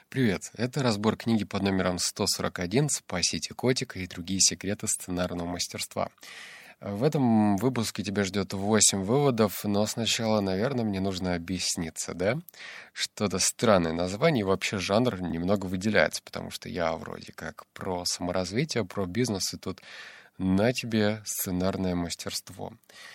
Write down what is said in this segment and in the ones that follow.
Привет, это разбор книги под номером 141 «Спасите котика и другие секреты сценарного мастерства». В этом выпуске тебя ждет 8 выводов, но сначала, наверное, мне нужно объясниться, да? Что-то странное название и вообще жанр немного выделяется, потому что я вроде как про саморазвитие, про бизнес, и тут на тебе сценарное мастерство.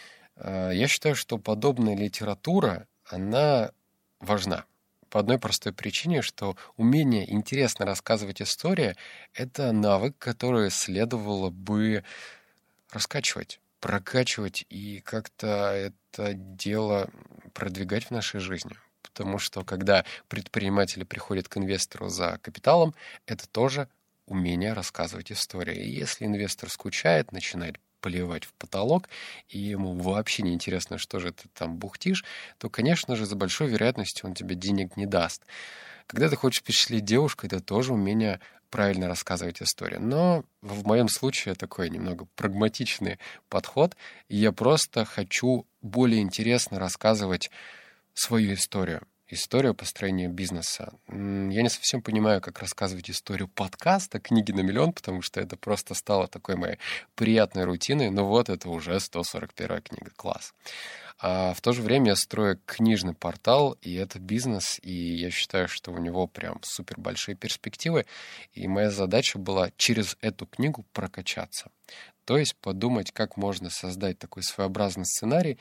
Я считаю, что подобная литература, она важна. По одной простой причине, что умение интересно рассказывать истории — это навык, который следовало бы раскачивать, прокачивать и как-то это дело продвигать в нашей жизни. Потому что когда предприниматели приходят к инвестору за капиталом, это тоже умение рассказывать истории. И если инвестор скучает, начинает поливать в потолок, и ему вообще не интересно, что же ты там бухтишь, то, конечно же, за большой вероятностью он тебе денег не даст. Когда ты хочешь впечатлить девушку, это тоже умение правильно рассказывать историю. Но в моем случае такой немного прагматичный подход, и я просто хочу более интересно рассказывать свою историю построения бизнеса. Я не совсем понимаю, как рассказывать историю подкаста «Книги на миллион», потому что это просто стало такой моей приятной рутиной, но вот это уже 141 книга, класс. А в то же время я строю книжный портал, и это бизнес, и я считаю, что у него прям супер большие перспективы, и моя задача была через эту книгу прокачаться. То есть подумать, как можно создать такой своеобразный сценарий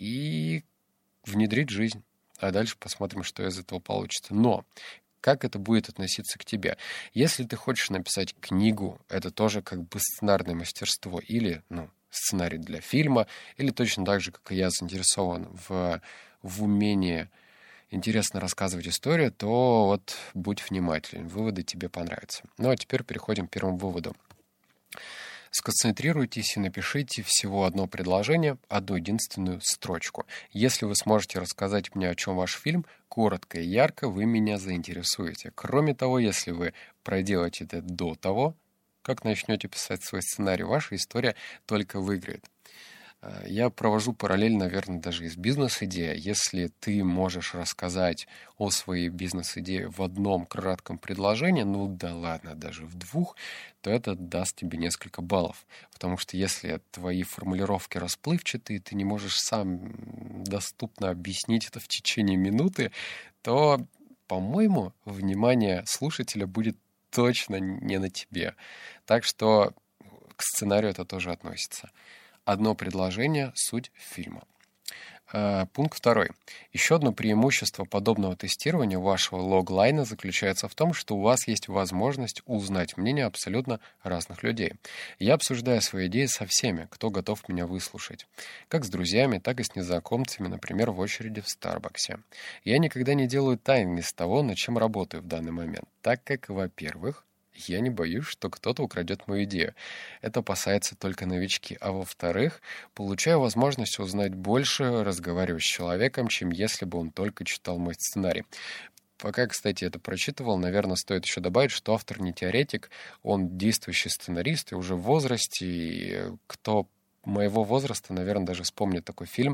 и внедрить в жизнь. А дальше посмотрим, что из этого получится. Но как это будет относиться к тебе? Если ты хочешь написать книгу, это тоже как бы сценарное мастерство или, сценарий для фильма, или точно так же, как и я заинтересован в умении интересно рассказывать историю, то вот будь внимателен, выводы тебе понравятся. Ну а теперь переходим к первому выводу. Сконцентрируйтесь и напишите всего одно предложение, одну единственную строчку. Если вы сможете рассказать мне, о чем ваш фильм, коротко и ярко, вы меня заинтересуете. Кроме того, если вы проделаете это до того, как начнете писать свой сценарий, ваша история только выиграет. Я провожу параллель, наверное, даже из бизнес-идеи. Если ты можешь рассказать о своей бизнес-идее в одном кратком предложении, ну да ладно, даже в двух, то это даст тебе несколько баллов. Потому что если твои формулировки расплывчатые, ты не можешь сам доступно объяснить это в течение минуты, то, по-моему, внимание слушателя будет точно не на тебе. Так что к сценарию это тоже относится. Одно предложение — суть фильма. Пункт 2. Еще одно преимущество подобного тестирования вашего логлайна заключается в том, что у вас есть возможность узнать мнение абсолютно разных людей. Я обсуждаю свои идеи со всеми, кто готов меня выслушать. Как с друзьями, так и с незнакомцами, например, в очереди в Старбаксе. Я никогда не делаю тайны из того, над чем работаю в данный момент, так как, во-первых, я не боюсь, что кто-то украдет мою идею. Это опасаются только новички. А во-вторых, получаю возможность узнать больше, разговаривать с человеком, чем если бы он только читал мой сценарий. Пока, кстати, это прочитывал, наверное, стоит еще добавить, что автор не теоретик, он действующий сценарист и уже в возрасте, и кто моего возраста, наверное, даже вспомнит такой фильм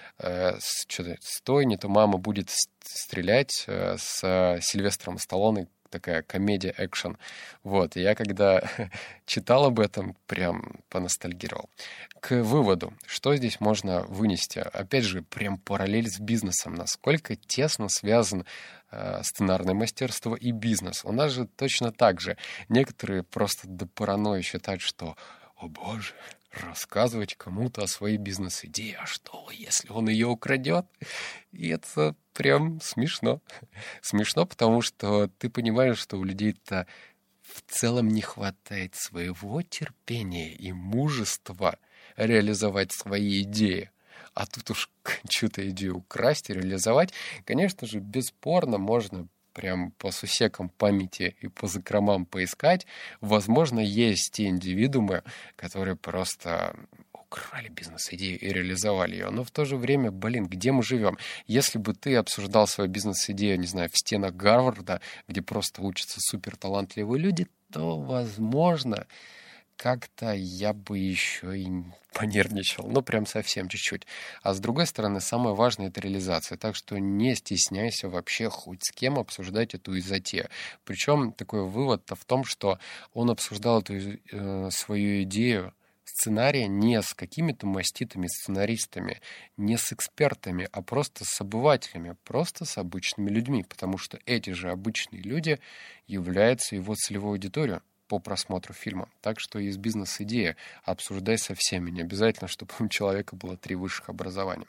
«Стой, не то мама будет стрелять» с Сильвестром Сталлоне, такая комедия-экшен. Вот, и я когда читал об этом, прям поностальгировал. К выводу, что здесь можно вынести? Опять же, прям параллель с бизнесом. Насколько тесно связан сценарное мастерство и бизнес. У нас же точно так же. Некоторые просто до паранойи считают, что «О боже, рассказывать кому-то о своей бизнес-идее, а что, если он ее украдет?» И это прям смешно. Смешно, потому что ты понимаешь, что у людей-то в целом не хватает своего терпения и мужества реализовать свои идеи. А тут уж чью-то идею украсть и реализовать, конечно же, бесспорно можно прям по сусекам памяти и по закромам поискать. Возможно, есть те индивидуумы, которые просто украли бизнес-идею и реализовали ее. Но в то же время, где мы живем? Если бы ты обсуждал свою бизнес-идею, не знаю, в стенах Гарварда, где просто учатся суперталантливые люди, то, возможно, как-то я бы еще и понервничал, ну, прям совсем чуть-чуть. А с другой стороны, самое важное — это реализация. Так что не стесняйся вообще хоть с кем обсуждать эту изотею. Причем такой вывод-то в том, что он обсуждал эту свою идею сценария не с какими-то маститыми сценаристами, не с экспертами, а просто с обывателями, просто с обычными людьми, потому что эти же обычные люди являются его целевой аудиторией по просмотру фильма. Так что есть бизнес-идея, обсуждай со всеми. Не обязательно, чтобы у человека было 3 высших образования.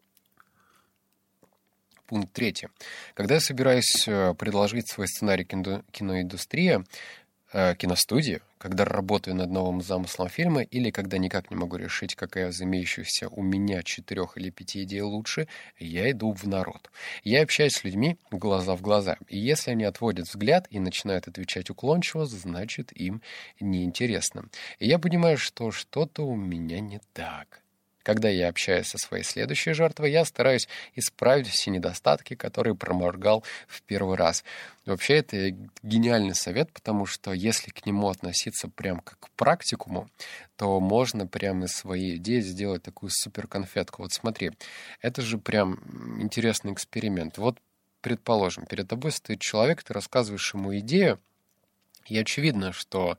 Пункт 3. Когда я собираюсь предложить свой сценарий киноиндустрии, киностудии, когда работаю над новым замыслом фильма или когда никак не могу решить, какая из имеющихся у меня 4 или 5 идей лучше, я иду в народ. Я общаюсь с людьми глаза в глаза. И если они отводят взгляд и начинают отвечать уклончиво, значит, им неинтересно. И я понимаю, что что-то у меня не так. Когда я общаюсь со своей следующей жертвой, я стараюсь исправить все недостатки, которые проморгал в первый раз. Вообще, это гениальный совет, потому что если к нему относиться прям как к практикуму, то можно прямо из своей идеи сделать такую суперконфетку. Вот смотри, это же прям интересный эксперимент. Вот, предположим, перед тобой стоит человек, ты рассказываешь ему идею, и очевидно, что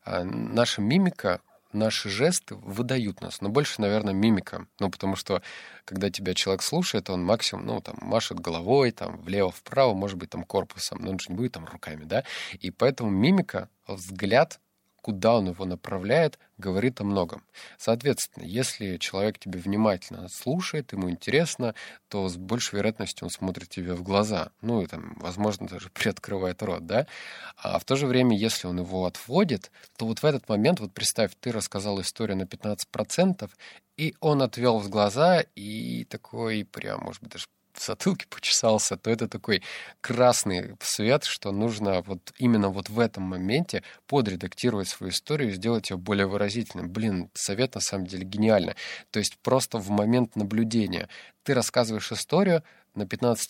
наша мимика, наши жесты выдают нас, но больше, наверное, мимика. Ну, потому что, когда тебя человек слушает, он максимум, ну, там, машет головой, там, влево-вправо, может быть, там, корпусом, но он же не будет там руками, да? И поэтому мимика, взгляд, куда он его направляет, говорит о многом. Соответственно, если человек тебя внимательно слушает, ему интересно, то с большей вероятностью он смотрит тебе в глаза. Ну, и там, возможно, даже приоткрывает рот, да? А в то же время, если он его отводит, то вот в этот момент, вот представь, ты рассказал историю на 15%, и он отвел в глаза, и такой прям, может быть, даже в затылке почесался, то это такой красный свет, что нужно вот именно вот в этом моменте подредактировать свою историю и сделать ее более выразительной. Блин, совет на самом деле гениальный. То есть просто в момент наблюдения ты рассказываешь историю, на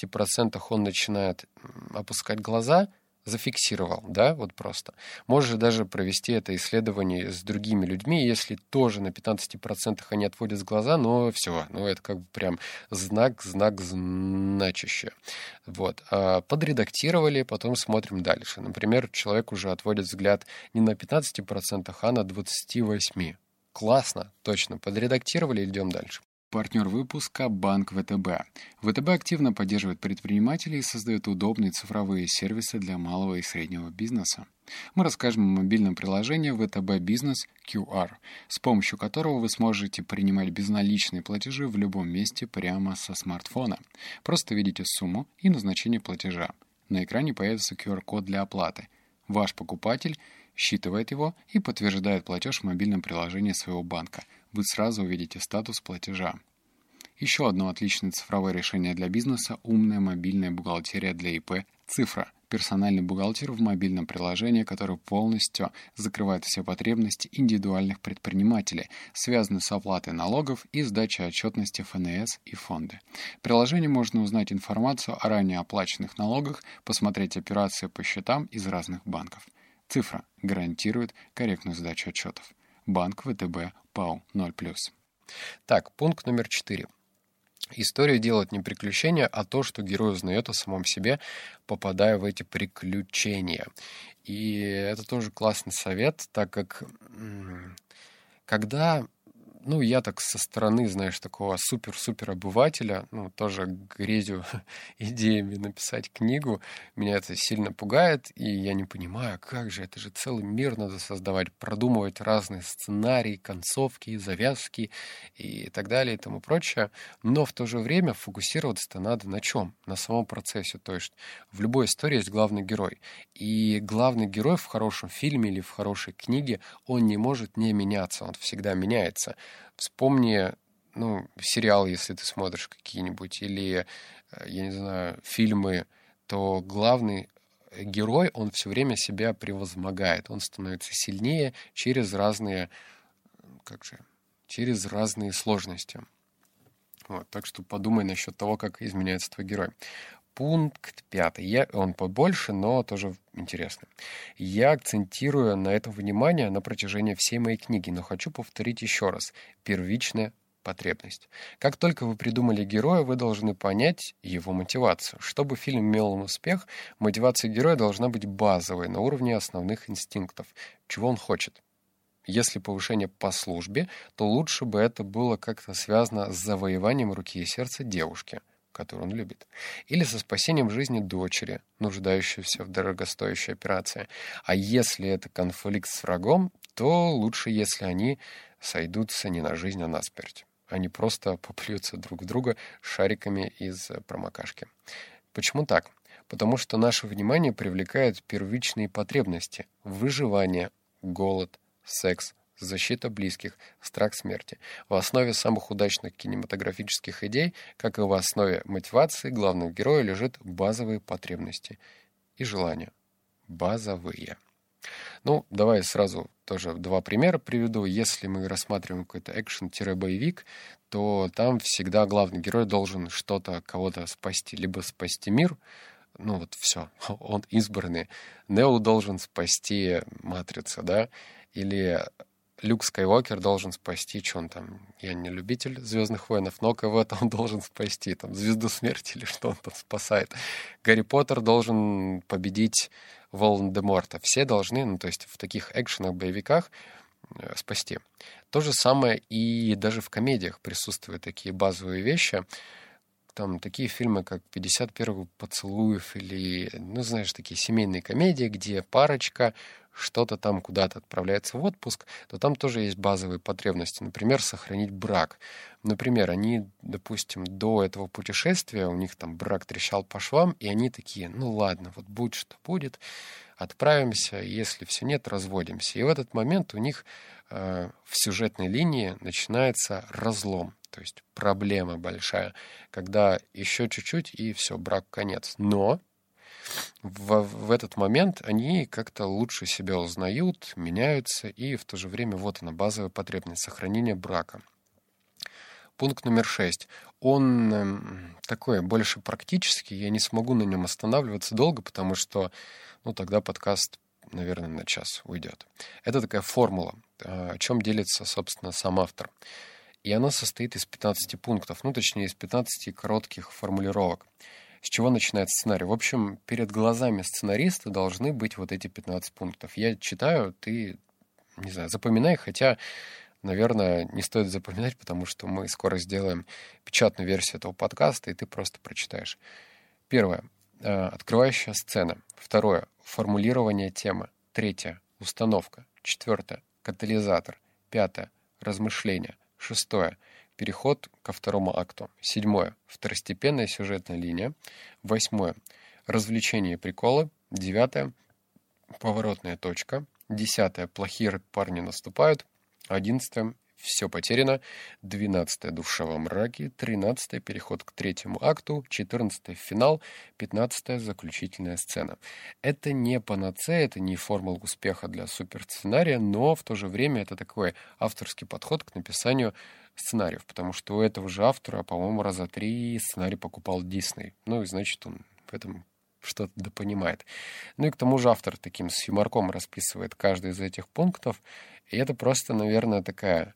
15% он начинает опускать глаза, зафиксировал, да, вот просто. Можешь даже провести это исследование с другими людьми, если тоже на 15% они отводят глаза, но все, ну это как бы прям знак значащее. Вот. Подредактировали, потом смотрим дальше. Например, человек уже отводит взгляд не на 15%, а на 28%. Классно, точно. Подредактировали, идем дальше. Партнер выпуска — Банк ВТБ. ВТБ активно поддерживает предпринимателей и создает удобные цифровые сервисы для малого и среднего бизнеса. Мы расскажем о мобильном приложении ВТБ Бизнес QR, с помощью которого вы сможете принимать безналичные платежи в любом месте прямо со смартфона. Просто введите сумму и назначение платежа. На экране появится QR-код для оплаты. Ваш покупатель считывает его и подтверждает платеж в мобильном приложении своего банка. Вы сразу увидите статус платежа. Еще одно отличное цифровое решение для бизнеса — умная мобильная бухгалтерия для ИП «Цифра». Персональный бухгалтер в мобильном приложении, который полностью закрывает все потребности индивидуальных предпринимателей, связанные с оплатой налогов и сдачей отчетности ФНС и фонды. В приложении можно узнать информацию о ранее оплаченных налогах, посмотреть операции по счетам из разных банков. «Цифра» гарантирует корректную сдачу отчетов. Банк ВТБ ПАО 0+. Так, пункт номер 4. История делает не приключения, а то, что герой узнает о самом себе, попадая в эти приключения. И это тоже классный совет, так как когда, ну, я так со стороны, знаешь, такого супер-супер обывателя, ну, тоже грезю идеями написать книгу, меня это сильно пугает, и я не понимаю, как же, это же целый мир надо создавать, продумывать разные сценарии, концовки, завязки и так далее и тому прочее. Но в то же время фокусироваться-то надо на чем? На самом процессе. То есть в любой истории есть главный герой. И главный герой в хорошем фильме или в хорошей книге, он не может не меняться, он всегда меняется. Вспомни, ну, сериалы, если ты смотришь какие-нибудь, или, я не знаю, фильмы, то главный герой, он все время себя превозмогает, он становится сильнее через разные, через разные сложности. Вот, так что подумай насчет того, как изменяется твой герой. Пункт 5. Он побольше, но тоже интересный. Я акцентирую на этом внимание на протяжении всей моей книги, но хочу повторить еще раз. Первичная потребность. Как только вы придумали героя, вы должны понять его мотивацию. Чтобы фильм имел успех, мотивация героя должна быть базовой, на уровне основных инстинктов. Чего он хочет? Если повышение по службе, то лучше бы это было как-то связано с завоеванием руки и сердца девушки, которую он любит, или со спасением жизни дочери, нуждающейся в дорогостоящей операции. А если это конфликт с врагом, то лучше, если они сойдутся не на жизнь, а на смерть. Они просто поплюются друг в друга шариками из промокашки. Почему так? Потому что наше внимание привлекает первичные потребности: выживание, голод, секс, защита близких, страх смерти. В основе самых удачных кинематографических идей, как и в основе мотивации главного героя, лежат базовые потребности и желания. Базовые. Давай сразу тоже 2 примера приведу. Если мы рассматриваем какой-то экшен-боевик, то там всегда главный герой должен что-то, кого-то спасти. Либо спасти мир, все, он избранный. Нео должен спасти Матрицу, да? Или Люк Скайуокер должен спасти, что он там, я не любитель «Звездных войнов», но кого-то он должен спасти, там, Звезду Смерти или что он там спасает. Гарри Поттер должен победить Волан-де-Морта. Все должны, то есть в таких экшенах, боевиках спасти. То же самое и даже в комедиях присутствуют такие базовые вещи. Там такие фильмы, как «51 поцелуев» или, такие семейные комедии, где парочка что-то там куда-то отправляется в отпуск, то там тоже есть базовые потребности. Например, сохранить брак. Например, они, допустим, до этого путешествия, у них там брак трещал по швам, и они такие: ладно, вот будь что будет, отправимся, если все нет, разводимся. И в этот момент у них в сюжетной линии начинается разлом. То есть проблема большая, когда еще чуть-чуть и все, брак конец. Но в этот момент они как-то лучше себя узнают, меняются, и в то же время вот она, базовая потребность сохранения брака. Пункт номер 6. Он такой больше практический, я не смогу на нем останавливаться долго, потому что тогда подкаст, наверное, на час уйдет. Это такая формула, о чем делится, собственно, сам автор. И она состоит из 15 пунктов, точнее, из 15 коротких формулировок. С чего начинается сценарий? В общем, перед глазами сценариста должны быть вот эти 15 пунктов. Я читаю, ты, не знаю, запоминай, хотя, наверное, не стоит запоминать, потому что мы скоро сделаем печатную версию этого подкаста, и ты просто прочитаешь. 1. Открывающая сцена. 2. Формулирование темы. 3. Установка. 4. Катализатор. 5. Размышления. 6. Переход ко 2 акту. 7. Второстепенная сюжетная линия. 8. Развлечения и приколы. 9. Поворотная точка. 10. Плохие парни наступают. 11. Все потеряно. 12. Душа во мраке. 13. Переход к 3 акту. 14. Финал. 15. Заключительная сцена. Это не панацея, это не формула успеха для суперсценария, но в то же время это такой авторский подход к написанию сценариев, потому что у этого же автора, по-моему, раза 3 сценарий покупал Дисней. И значит, он в этом что-то допонимает. И к тому же автор таким с юморком расписывает каждый из этих пунктов, и это просто, наверное, такая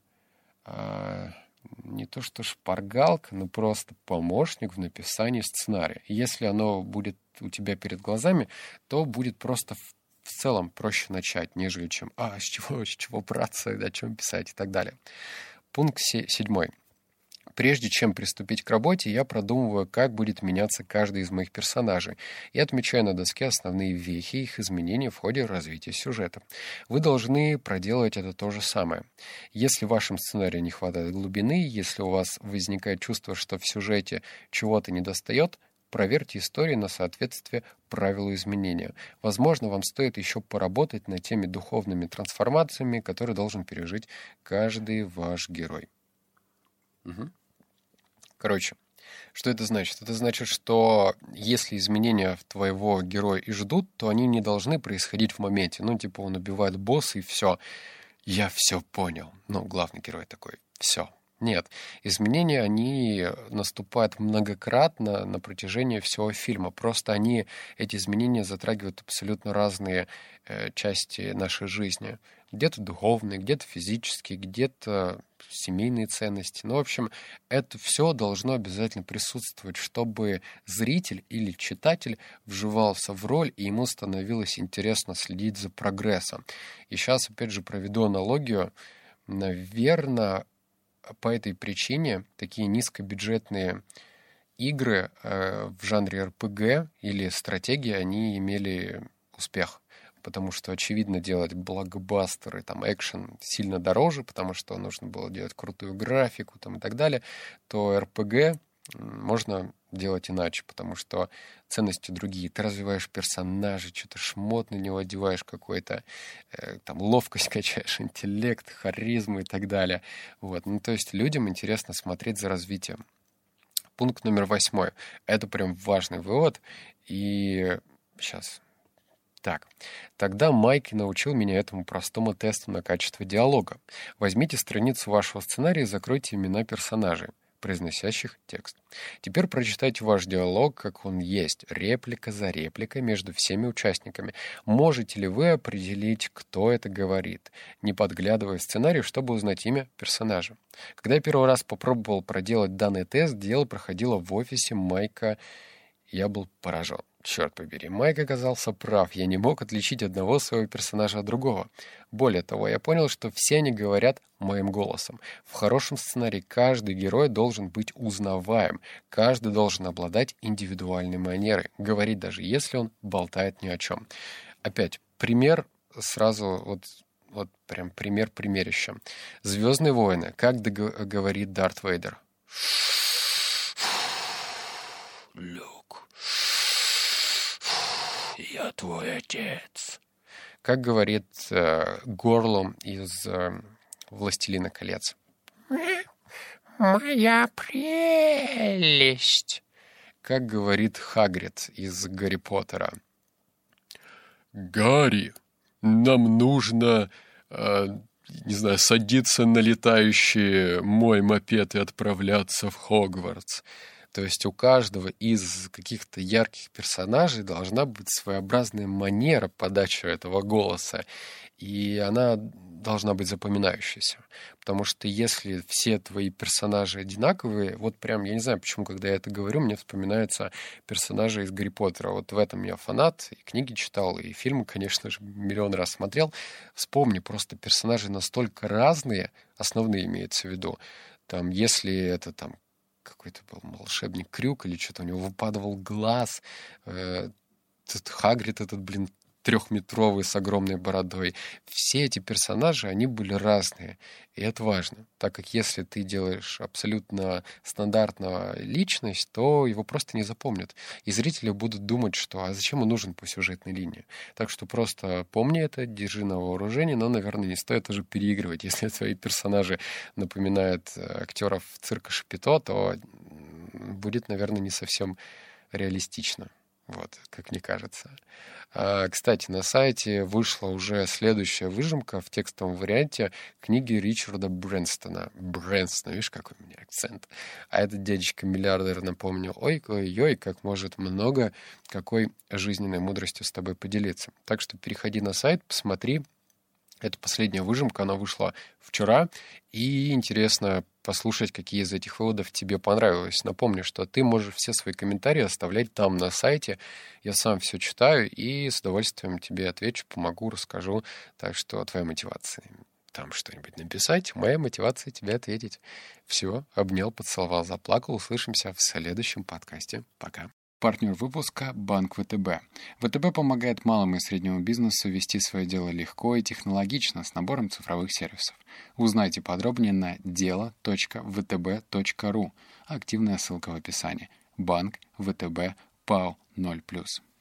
не то что шпаргалка, но просто помощник в написании сценария. И если оно будет у тебя перед глазами, то будет просто в целом проще начать, нежели чем с чего браться, о чем писать и так далее. Пункт 7. Прежде чем приступить к работе, я продумываю, как будет меняться каждый из моих персонажей, и отмечаю на доске основные вехи их изменений в ходе развития сюжета. Вы должны проделывать это то же самое. Если в вашем сценарии не хватает глубины, если у вас возникает чувство, что в сюжете чего-то недостает, проверьте историю на соответствие правилу изменения. Возможно, вам стоит еще поработать над теми духовными трансформациями, которые должен пережить каждый ваш герой. Короче, что это значит? Это значит, что если изменения твоего героя и ждут, то они не должны происходить в моменте. Он убивает босса, и все. Я все понял. Главный герой такой: все, Нет, изменения, они наступают многократно на протяжении всего фильма. Просто эти изменения затрагивают абсолютно разные части нашей жизни. Где-то духовные, где-то физические, где-то семейные ценности. Ну, в общем, это все должно обязательно присутствовать, чтобы зритель или читатель вживался в роль, и ему становилось интересно следить за прогрессом. И сейчас, опять же, проведу аналогию. Наверное, по этой причине такие низкобюджетные игры в жанре РПГ или стратегии, они имели успех. Потому что, очевидно, делать блокбастеры, там, экшен сильно дороже, потому что нужно было делать крутую графику там, и так далее, то РПГ можно делать иначе, потому что ценности другие. Ты развиваешь персонажа, что-то шмот на него одеваешь какой-то, там, ловкость качаешь, интеллект, харизму и так далее. Вот. Ну, то есть людям интересно смотреть за развитием. Пункт номер 8. Это прям важный вывод. И сейчас... Так, тогда Майки научил меня этому простому тесту на качество диалога. Возьмите страницу вашего сценария и закройте имена персонажей, произносящих текст. Теперь прочитайте ваш диалог, как он есть, реплика за репликой между всеми участниками. Можете ли вы определить, кто это говорит, не подглядывая в сценарий, чтобы узнать имя персонажа? Когда я первый раз попробовал проделать данный тест, дело проходило в офисе Майка. Я был поражен. Черт побери, Майк оказался прав. Я не мог отличить одного своего персонажа от другого. Более того, я понял, что все они говорят моим голосом. В хорошем сценарии каждый герой должен быть узнаваем. Каждый должен обладать индивидуальной манерой. Говорить даже если он болтает ни о чем. Опять, пример сразу, вот прям примерища. «Звездные войны». Как говорит Дарт Вейдер? Люк. «Я твой отец». Как говорит Горлум из «Властелина колец? «Моя прелесть». Как говорит Хагрид из «Гарри Поттера? «Гарри, нам нужно, не знаю, садиться на летающий мой мопед и отправляться в Хогвартс». То есть у каждого из каких-то ярких персонажей должна быть своеобразная манера подачи этого голоса, и она должна быть запоминающейся. Потому что если все твои персонажи одинаковые, вот прям, я не знаю, почему, когда я это говорю, мне вспоминаются персонажи из Гарри Поттера. Вот в этом я фанат, и книги читал, и фильмы, конечно же, миллион раз смотрел. Вспомни, просто персонажи настолько разные, основные имеется в виду. Там, если это там какой-то был волшебник Крюк или что-то, у него выпадывал глаз. Хагрид этот, 3-метровый с огромной бородой. Все эти персонажи, они были разные. И это важно. Так как если ты делаешь абсолютно стандартную личность, то его просто не запомнят. И зрители будут думать, что а зачем он нужен по сюжетной линии. Так что просто помни это, держи на вооружении, но, наверное, не стоит уже переигрывать. Если твои персонажи напоминают актеров цирка Шапито, то будет, наверное, не совсем реалистично. Вот, как мне кажется. Кстати, на сайте вышла уже следующая выжимка в текстовом варианте книги Ричарда Брэнстона. Брэнстона, видишь, какой у меня акцент. А этот дядечка-миллиардер, напомню, ой-ой-ой, как может много, какой жизненной мудростью с тобой поделиться. Так что переходи на сайт, посмотри. Это последняя выжимка, она вышла вчера, и интересно послушать, какие из этих выводов тебе понравилось. Напомню, что ты можешь все свои комментарии оставлять там на сайте. Я сам все читаю и с удовольствием тебе отвечу, помогу, расскажу. Так что твоя мотивация там что-нибудь написать, моя мотивация тебе ответить. Все, обнял, поцеловал, заплакал. Услышимся в следующем подкасте. Пока. Партнер выпуска — Банк ВТБ. ВТБ помогает малому и среднему бизнесу вести свое дело легко и технологично с набором цифровых сервисов. Узнайте подробнее на delo.vtb.ru. Активная ссылка в описании. Банк ВТБ ПАО 0+.